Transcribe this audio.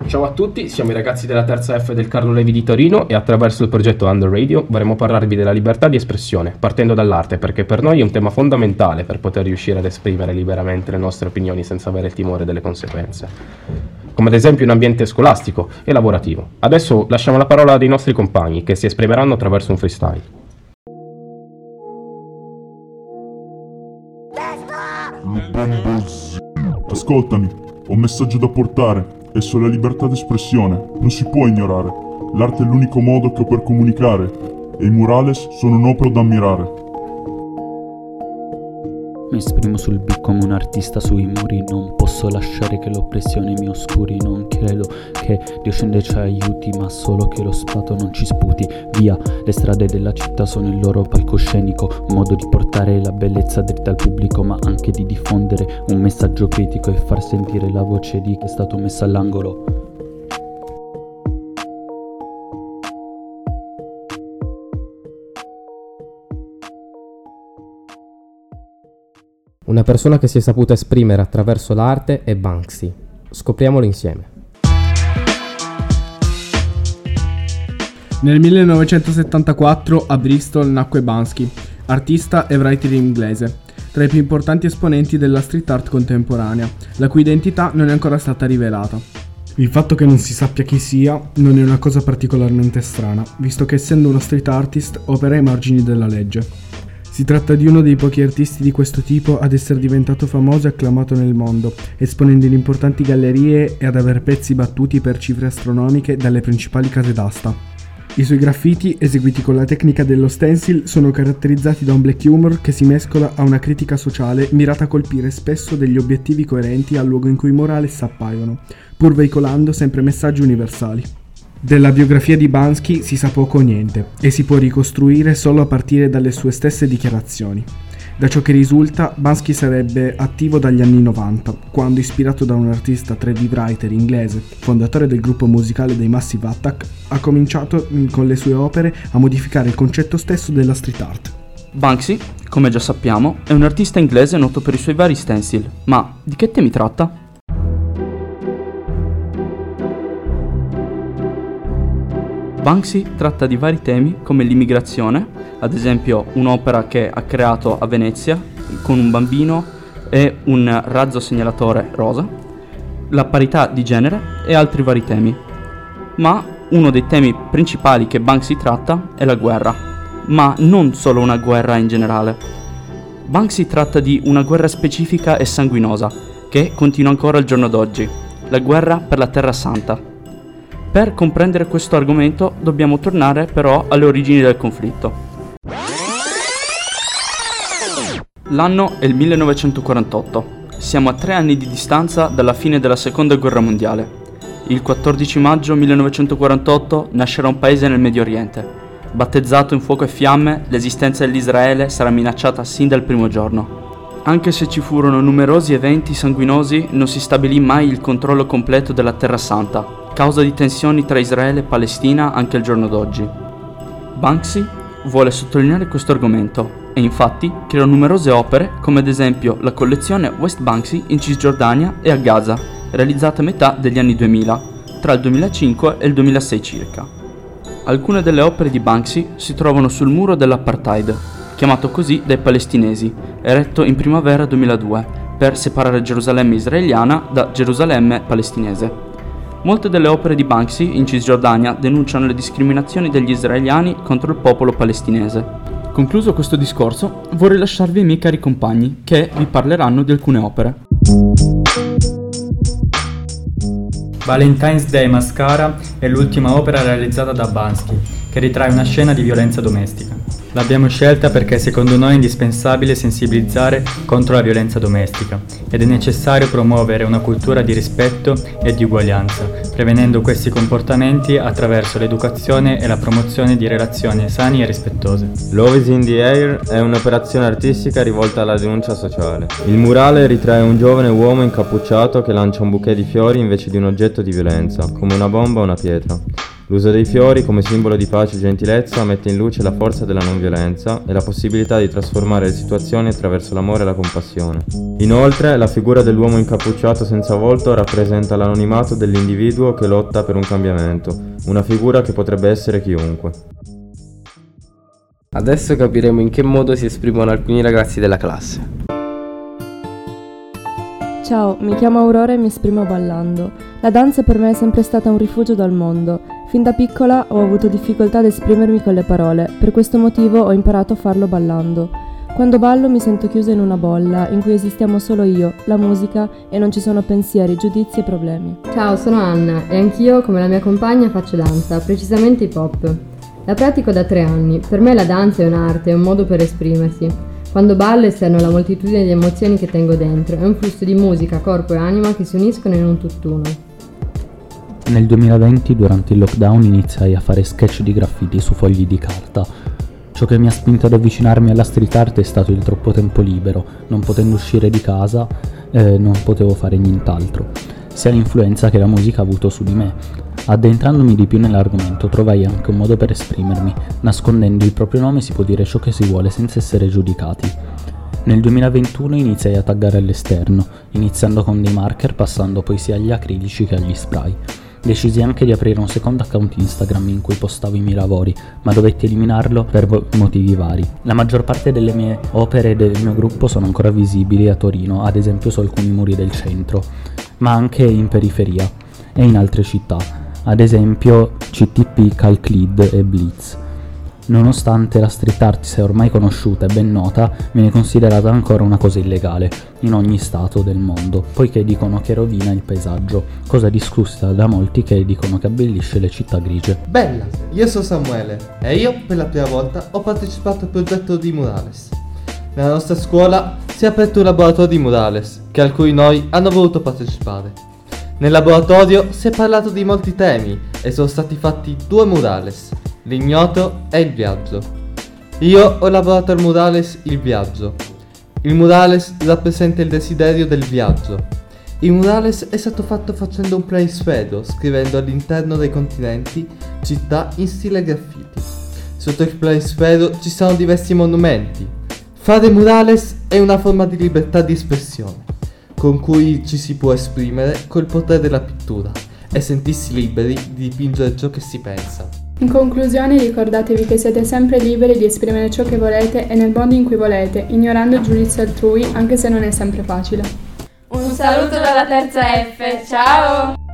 Ciao a tutti, siamo i ragazzi della terza F del Carlo Levi di Torino e attraverso il progetto Under Radio vorremmo parlarvi della libertà di espressione, partendo dall'arte, perché per noi è un tema fondamentale per poter riuscire ad esprimere liberamente le nostre opinioni senza avere il timore delle conseguenze, come ad esempio in ambiente scolastico e lavorativo. Adesso lasciamo la parola dei nostri compagni che si esprimeranno attraverso un freestyle. Ascoltami, ho un messaggio da portare. E sulla libertà d'espressione non si può ignorare. L'arte è l'unico modo che ho per comunicare e i murales sono un'opera da ammirare. Mi esprimo sul beat come un artista sui muri. Non posso lasciare che l'oppressione mi oscuri. Non credo che Dio scende e ci aiuti, ma solo che lo Stato non ci sputi via. Le strade della città sono il loro palcoscenico, modo di portare la bellezza dritta al pubblico, ma anche di diffondere un messaggio critico e far sentire la voce di chi è stato messo all'angolo. Una persona che si è saputa esprimere attraverso l'arte è Banksy. Scopriamolo insieme. Nel 1974 a Bristol nacque Banksy, artista e writer inglese, tra i più importanti esponenti della street art contemporanea, la cui identità non è ancora stata rivelata. Il fatto che non si sappia chi sia non è una cosa particolarmente strana, visto che essendo uno street artist opera ai margini della legge. Si tratta di uno dei pochi artisti di questo tipo ad essere diventato famoso e acclamato nel mondo, esponendo in importanti gallerie e ad aver pezzi battuti per cifre astronomiche dalle principali case d'asta. I suoi graffiti, eseguiti con la tecnica dello stencil, sono caratterizzati da un black humor che si mescola a una critica sociale mirata a colpire spesso degli obiettivi coerenti al luogo in cui i murales appaiono, pur veicolando sempre messaggi universali. Della biografia di Banksy si sa poco o niente e si può ricostruire solo a partire dalle sue stesse dichiarazioni. Da ciò che risulta, Banksy sarebbe attivo dagli anni 90, quando, ispirato da un artista 3D writer inglese, fondatore del gruppo musicale dei Massive Attack, ha cominciato con le sue opere a modificare il concetto stesso della street art. Banksy, come già sappiamo, è un artista inglese noto per i suoi vari stencil, ma di che temi tratta? Banksy tratta di vari temi come l'immigrazione, ad esempio un'opera che ha creato a Venezia con un bambino e un razzo segnalatore rosa, la parità di genere e altri vari temi. Ma uno dei temi principali che Banksy tratta è la guerra, ma non solo una guerra in generale. Banksy tratta di una guerra specifica e sanguinosa che continua ancora al giorno d'oggi, la guerra per la Terra Santa. Per comprendere questo argomento dobbiamo tornare però alle origini del conflitto. L'anno è il 1948. Siamo a 3 anni di distanza dalla fine della Seconda Guerra Mondiale. Il 14 maggio 1948 nascerà un paese nel Medio Oriente. Battezzato in fuoco e fiamme, l'esistenza dell'Israele sarà minacciata sin dal primo giorno. Anche se ci furono numerosi eventi sanguinosi, non si stabilì mai il controllo completo della Terra Santa, causa di tensioni tra Israele e Palestina anche al giorno d'oggi. Banksy vuole sottolineare questo argomento e infatti creò numerose opere come ad esempio la collezione West Banksy in Cisgiordania e a Gaza, realizzata a metà degli anni 2000, tra il 2005 e il 2006 circa. Alcune delle opere di Banksy si trovano sul muro dell'apartheid, chiamato così dai palestinesi, eretto in primavera 2002 per separare Gerusalemme israeliana da Gerusalemme palestinese. Molte delle opere di Banksy in Cisgiordania denunciano le discriminazioni degli israeliani contro il popolo palestinese. Concluso questo discorso, vorrei lasciarvi i miei cari compagni che vi parleranno di alcune opere. Valentine's Day Mascara è l'ultima opera realizzata da Banksy, che ritrae una scena di violenza domestica. L'abbiamo scelta perché secondo noi è indispensabile sensibilizzare contro la violenza domestica ed è necessario promuovere una cultura di rispetto e di uguaglianza, prevenendo questi comportamenti attraverso l'educazione e la promozione di relazioni sane e rispettose. Love is in the Air è un'operazione artistica rivolta alla denuncia sociale. Il murale ritrae un giovane uomo incappucciato che lancia un bouquet di fiori invece di un oggetto di violenza, come una bomba o una pietra. L'uso dei fiori come simbolo di pace e gentilezza mette in luce la forza della non violenza e la possibilità di trasformare le situazioni attraverso l'amore e la compassione. Inoltre, la figura dell'uomo incappucciato senza volto rappresenta l'anonimato dell'individuo che lotta per un cambiamento, una figura che potrebbe essere chiunque. Adesso capiremo in che modo si esprimono alcuni ragazzi della classe. Ciao, mi chiamo Aurora e mi esprimo ballando. La danza per me è sempre stata un rifugio dal mondo. Fin da piccola ho avuto difficoltà ad esprimermi con le parole, per questo motivo ho imparato a farlo ballando. Quando ballo mi sento chiusa in una bolla in cui esistiamo solo io, la musica e non ci sono pensieri, giudizi e problemi. Ciao, sono Anna e anch'io, come la mia compagna, faccio danza, precisamente hip hop. La pratico da 3 anni. Per me la danza è un'arte, è un modo per esprimersi. Quando ballo esterno la moltitudine di emozioni che tengo dentro, è un flusso di musica, corpo e anima che si uniscono in un tutt'uno. Nel 2020, durante il lockdown, iniziai a fare sketch di graffiti su fogli di carta. Ciò che mi ha spinto ad avvicinarmi alla street art è stato il troppo tempo libero. Non potendo uscire di casa, non potevo fare nient'altro. Sia l'influenza che la musica ha avuto su di me. Addentrandomi di più nell'argomento, trovai anche un modo per esprimermi. Nascondendo il proprio nome si può dire ciò che si vuole senza essere giudicati. Nel 2021 iniziai a taggare all'esterno, iniziando con dei marker, passando poi sia agli acrilici che agli spray. Decisi anche di aprire un secondo account Instagram in cui postavo i miei lavori, ma dovetti eliminarlo per motivi vari. La maggior parte delle mie opere e del mio gruppo sono ancora visibili a Torino, ad esempio su alcuni muri del centro, ma anche in periferia e in altre città, ad esempio CTP, Calclid e Blitz. Nonostante la street art sia ormai conosciuta e ben nota, viene considerata ancora una cosa illegale in ogni stato del mondo, poiché dicono che rovina il paesaggio, cosa discussa da molti che dicono che abbellisce le città grigie. Bella, io sono Samuele e io per la prima volta ho partecipato al progetto di Murales. Nella nostra scuola si è aperto un laboratorio di Murales, che alcuni di noi hanno voluto partecipare. Nel laboratorio si è parlato di molti temi e sono stati fatti 2 murales, l'ignoto e il viaggio. Io ho lavorato al murales Il Viaggio. Il murales rappresenta il desiderio del viaggio. Il murales è stato fatto facendo un planisfero, scrivendo all'interno dei continenti città in stile graffiti. Sotto il planisfero ci sono diversi monumenti. Fare murales è una forma di libertà di espressione, con cui ci si può esprimere col potere della pittura e sentirsi liberi di dipingere ciò che si pensa. In conclusione, ricordatevi che siete sempre liberi di esprimere ciò che volete e nel modo in cui volete, ignorando il giudizio altrui, anche se non è sempre facile. Un saluto dalla terza F, ciao!